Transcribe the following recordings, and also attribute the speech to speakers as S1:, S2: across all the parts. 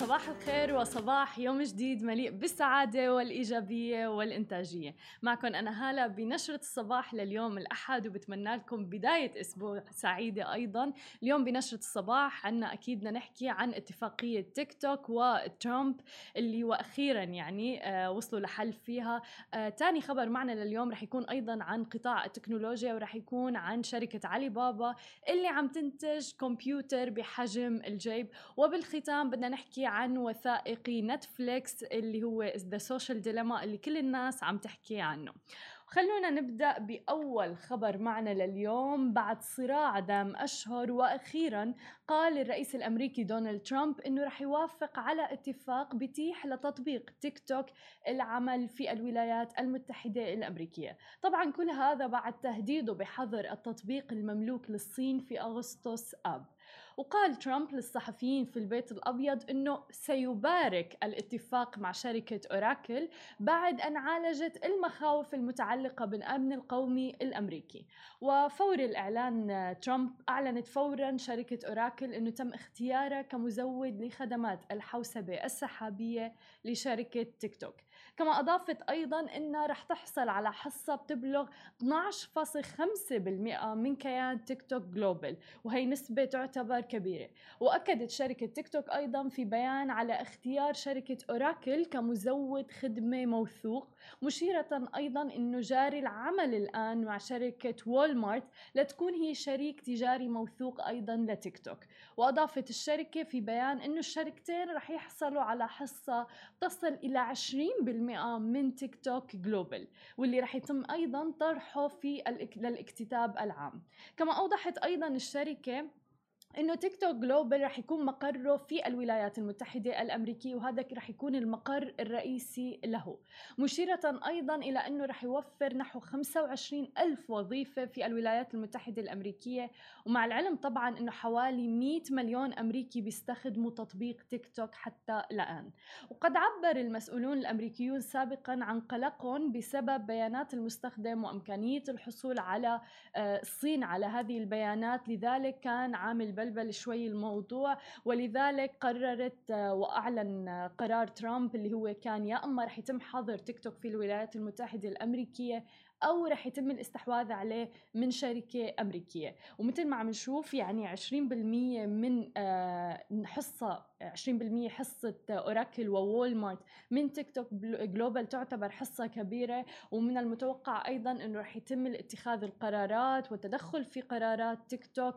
S1: صباح الخير وصباح يوم جديد مليء بالسعادة والإيجابية والإنتاجية. معكم أنا هالة بنشرة الصباح لليوم الأحد، وبتمنى لكم بداية أسبوع سعيدة أيضا. اليوم بنشرة الصباح عنا أكيد بدنا نحكي عن اتفاقية تيك توك وترامب اللي وأخيرا وصلوا لحل فيها. تاني خبر معنا لليوم رح يكون أيضا عن قطاع التكنولوجيا، ورح يكون عن شركة علي بابا اللي عم تنتج كمبيوتر بحجم الجيب. وبالختام بدنا نحكي عن وثائقي نتفليكس اللي هو The Social Dilemma اللي كل الناس عم تحكي عنه. خلونا نبدأ بأول خبر معنا لليوم. بعد صراع دام أشهر، وأخيراً قال الرئيس الأمريكي دونالد ترامب إنه رح يوافق على اتفاق بيتيح لتطبيق تيك توك العمل في الولايات المتحدة الأمريكية. طبعاً كل هذا بعد تهديده بحظر التطبيق المملوك للصين في أغسطس آب. وقال ترامب للصحفيين في البيت الأبيض أنه سيبارك الاتفاق مع شركة أوراكل بعد أن عالجت المخاوف المتعلقة بالأمن القومي الأمريكي. وفور الإعلان ترامب أعلنت فوراً شركة أوراكل أنه تم اختيارها كمزود لخدمات الحوسبة السحابية لشركة تيك توك. كما أضافت أيضاً أنها رح تحصل على حصة بتبلغ 12.5% من كيان تيك توك جلوبال، وهي نسبة تعتبر كبيرة. وأكدت شركة تيك توك أيضاً في بيان على اختيار شركة أوراكل كمزود خدمة موثوق، مشيرة أيضاً أنه جاري العمل الآن مع شركة وولمارت لتكون هي شريك تجاري موثوق أيضاً لتيك توك. وأضافت الشركة في بيان أنه الشركتين رح يحصلوا على حصة تصل إلى 20% من تيك توك جلوبال، واللي رح يتم أيضاً طرحه للاكتتاب العام. كما أوضحت أيضاً الشركة إنه تيك توك جلوبال رح يكون مقره في الولايات المتحدة الأمريكية، وهذا رح يكون المقر الرئيسي له، مشيرة أيضاً إلى أنه رح يوفر نحو 25 ألف وظيفة في الولايات المتحدة الأمريكية. ومع العلم طبعاً أنه حوالي 100 مليون أمريكي بيستخدموا تطبيق تيك توك حتى الآن. وقد عبر المسؤولون الأمريكيون سابقاً عن قلقهم بسبب بيانات المستخدم وإمكانية الحصول على الصين على هذه البيانات، لذلك كان عامل بلبل شوي الموضوع. ولذلك قررت وأعلن قرار ترامب اللي هو كان يا أما رح يتم حظر تيك توك في الولايات المتحدة الأمريكية أو رح يتم الاستحواذ عليه من شركة أمريكية. ومثل ما عم نشوف 20% من حصة 20% حصة أوراكل ووولمارت من تيك توك جلوبال تعتبر حصة كبيرة. ومن المتوقع أيضاً أنه رح يتم اتخاذ القرارات والتدخل في قرارات تيك توك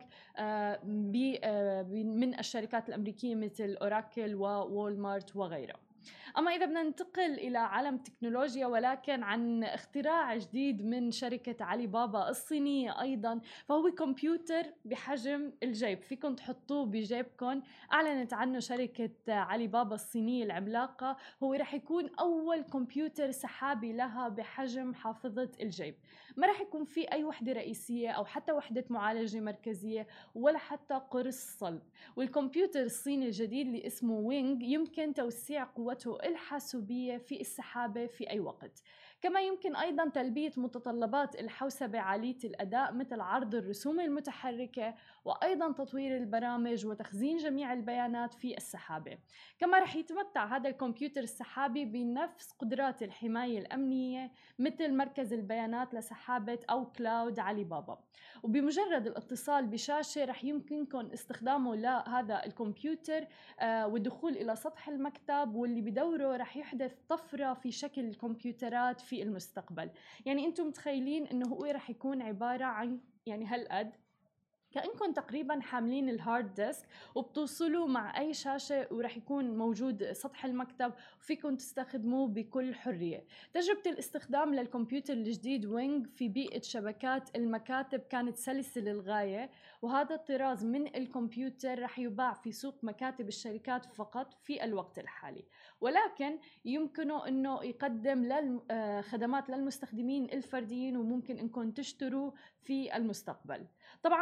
S1: من الشركات الأمريكية مثل أوراكل ووولمارت وغيرها. أما إذا بدنا ننتقل إلى عالم تكنولوجيا، ولكن عن اختراع جديد من شركة علي بابا الصينية أيضاً، فهو كمبيوتر بحجم الجيب، فيكم تحطوه بجيبكم. أعلنت عنه شركة علي بابا الصينية العملاقة. هو رح يكون أول كمبيوتر سحابي لها بحجم حافظة الجيب. ما رح يكون في أي وحدة رئيسية أو حتى وحدة معالجة مركزية ولا حتى قرص صلب. والكمبيوتر الصيني الجديد اللي اسمه وينغ يمكن توسيع قوته الحاسوبية في السحابة في أي وقت. كما يمكن أيضاً تلبية متطلبات الحوسبة عالية الأداء مثل عرض الرسوم المتحركة، وأيضاً تطوير البرامج وتخزين جميع البيانات في السحابة. كما رح يتمتع هذا الكمبيوتر السحابي بنفس قدرات الحماية الأمنية مثل مركز البيانات لسحابة أو كلاود علي بابا. وبمجرد الاتصال بشاشة رح يمكنكم استخدامه لهذا الكمبيوتر والدخول إلى سطح المكتب، واللي بدوره رح يحدث طفرة في شكل الكمبيوترات في المستقبل. يعني أنتم متخيلين أنه هو رح يكون عبارة عن هالقد كأنكم تقريباً حاملين الهارد ديسك وبتوصلوا مع أي شاشة، ورح يكون موجود سطح المكتب وفيكم تستخدموه بكل حرية. تجربة الاستخدام للكمبيوتر الجديد وينغ في بيئة شبكات المكاتب كانت سلسة للغاية، وهذا الطراز من الكمبيوتر رح يباع في سوق مكاتب الشركات فقط في الوقت الحالي، ولكن يمكنه أنه يقدم خدمات للمستخدمين الفرديين، وممكن أنكم تشتروا في المستقبل. طبعاً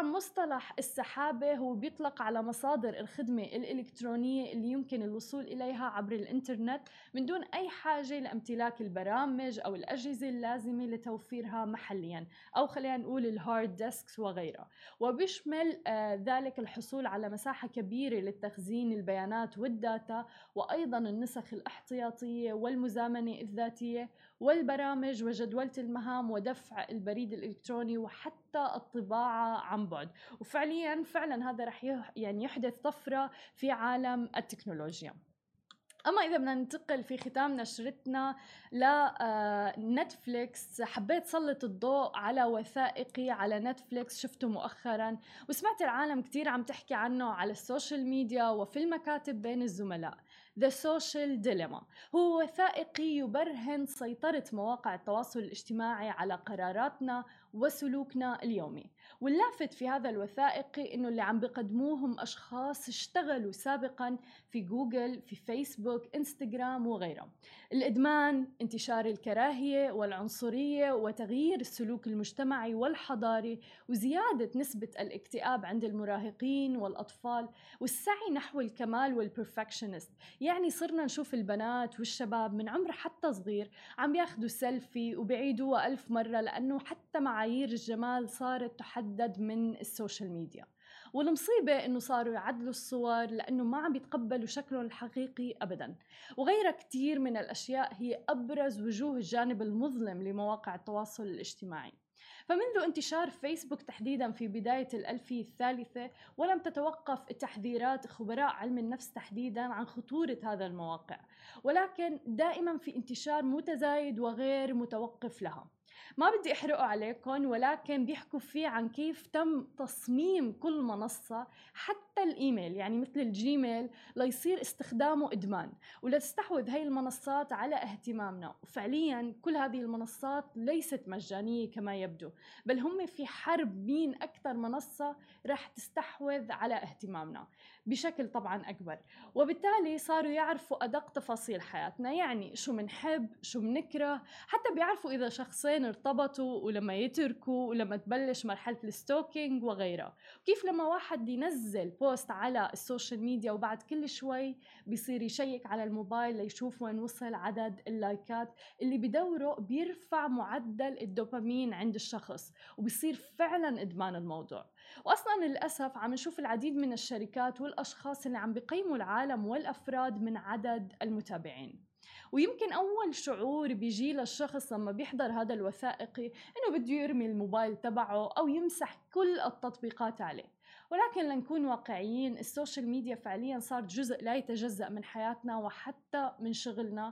S1: مصطلح السحابة هو بيطلق على مصادر الخدمة الإلكترونية اللي يمكن الوصول إليها عبر الإنترنت من دون أي حاجة لامتلاك البرامج أو الأجهزة اللازمة لتوفيرها محلياً، أو خلينا نقول الهارد ديسكس وغيرها. وبيشمل ذلك الحصول على مساحة كبيرة للتخزين البيانات والداتا، وأيضاً النسخ الاحتياطية والمزامنة الذاتية والبرامج وجدولة المهام ودفع البريد الإلكتروني وحتى الطباعة عن بعد. وفعلياً فعلاً هذا رح يعني يحدث طفرة في عالم التكنولوجيا. أما إذا بدنا ننتقل في ختام نشرتنا لنتفليكس، حبيت سلط الضوء على وثائقي على نتفليكس شفته مؤخراً، وسمعت العالم كتير عم تحكي عنه على السوشيال ميديا وفي المكاتب بين الزملاء. The Social Dilemma هو وثائقي يبرهن سيطرة مواقع التواصل الاجتماعي على قراراتنا وسلوكنا اليومي. واللافت في هذا الوثائقي إنه اللي عم بيقدموهم أشخاص اشتغلوا سابقاً في جوجل، في فيسبوك، انستغرام وغيرها. الإدمان، انتشار الكراهية والعنصرية وتغيير السلوك المجتمعي والحضاري، وزيادة نسبة الاكتئاب عند المراهقين والأطفال، والسعي نحو الكمال والبرفكشنست. يعني صرنا نشوف البنات والشباب من عمر حتى صغير عم بياخدوا سيلفي وبيعيدوها 1000 مرة، لأنه حتى معايير الجمال صارت تحدد من السوشيال ميديا. والمصيبة إنه صاروا يعدلوا الصور لأنه ما عم بيتقبلوا شكلهم الحقيقي أبداً. وغيرها كتير من الأشياء هي أبرز وجوه الجانب المظلم لمواقع التواصل الاجتماعي. فمنذ انتشار فيسبوك تحديداً في بداية الألفية الثالثة، ولم تتوقف تحذيرات خبراء علم النفس تحديداً عن خطورة هذا المواقع، ولكن دائماً في انتشار متزايد وغير متوقف لها. ما بدي أحرقه عليكم، ولكن بيحكوا فيه عن كيف تم تصميم كل منصة، حتى الإيميل يعني مثل الجيميل، ليصير استخدامه إدمان ولتستحوذ هاي المنصات على اهتمامنا. وفعليا كل هذه المنصات ليست مجانية كما يبدو، بل هم في حرب مين أكثر منصة رح تستحوذ على اهتمامنا بشكل طبعا أكبر. وبالتالي صاروا يعرفوا أدق تفاصيل حياتنا، يعني شو منحب شو منكره، حتى بيعرفوا إذا شخصين ارتبطوا ولما يتركوا ولما تبلش مرحلة الستوكينج وغيرها. كيف لما واحد ينزل بوست على السوشيال ميديا وبعد كل شوي بيصير يشيك على الموبايل ليشوف وين وصل عدد اللايكات، اللي بدوره بيرفع معدل الدوبامين عند الشخص وبيصير فعلا إدمان الموضوع. وأصلا للأسف عم نشوف العديد من الشركات والأشخاص اللي عم بيقيموا العالم والأفراد من عدد المتابعين. ويمكن أول شعور بيجي للشخص لما بيحضر هذا الوثائقي إنه بده يرمي الموبايل تبعه أو يمسح كل التطبيقات عليه. ولكن لنكون واقعيين، السوشيال ميديا فعليا صارت جزء لا يتجزأ من حياتنا وحتى من شغلنا،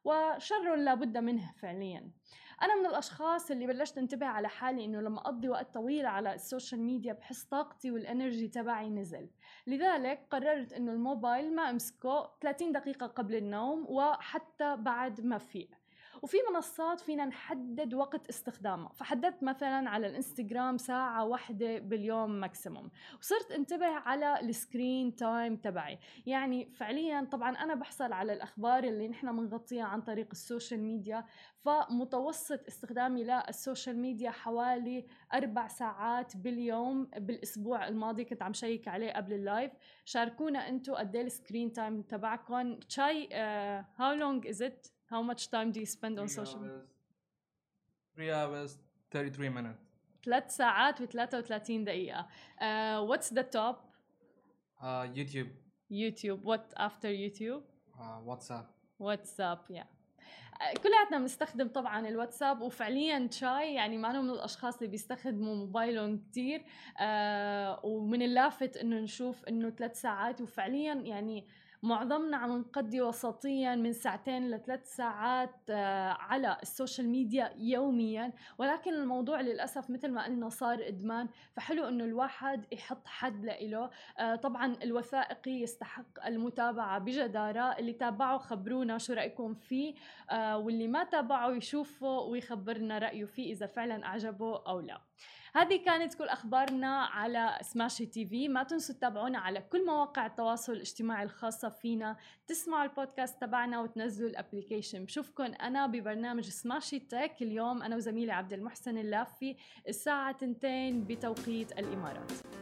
S1: وشر لابد منه فعليا. أنا من الأشخاص اللي بلشت انتبه على حالي إنه لما أقضي وقت طويل على السوشيال ميديا بحس طاقتي والإنرجي تبعي نزل. لذلك قررت إنه الموبايل ما أمسكه 30 دقيقة قبل النوم وحتى بعد ما فيق. وفي منصات فينا نحدد وقت استخدامها، فحددت مثلا على الانستغرام ساعة واحدة باليوم ماكسيموم، وصرت انتبه على السكرين تايم تبعي. يعني فعليا طبعا أنا بحصل على الأخبار اللي نحن منغطيها عن طريق السوشيال ميديا، فمتوسط استخدامي للسوشيال ميديا حوالي 4 ساعات باليوم. بالأسبوع الماضي كنت عم شيك عليه قبل اللايف. شاركونا انتو قد ايه السكرين تايم تبعكم. شاي how long is it? How much time do you spend on social media?
S2: 3 hours 33 minutes.
S1: 3 ساعات و33 دقيقة. What's the top?
S2: YouTube.
S1: YouTube. What after YouTube?
S2: WhatsApp.
S1: WhatsApp yeah. كلياتنا بنستخدم طبعا الواتساب، وفعليا شاي يعني ما من الاشخاص اللي بيستخدموا موبايلهم كتير. ومن اللافت انه نشوف انه 3 ساعات، وفعليا يعني معظمنا عم نقضي وسطيا من 2 ل3 ساعات على السوشيال ميديا يوميا. ولكن الموضوع للأسف مثل ما قلنا صار إدمان، فحلو إنه الواحد يحط حد لإله. طبعا الوثائقي يستحق المتابعة بجدارة. اللي تابعوا خبرونا شو رأيكم فيه، واللي ما تابعوا يشوفوا ويخبرنا رأيه فيه إذا فعلا أعجبه أو لا. هذه كانت كل أخبارنا على سماشي تي في. ما تنسوا تتابعونا على كل مواقع التواصل الاجتماعي الخاصة فينا، تسمعوا البودكاست تبعنا وتنزلوا الابليكيشن. بشوفكن أنا ببرنامج سماشي تك اليوم، أنا وزميلي عبد المحسن اللافي، الساعة 2 بتوقيت الإمارات.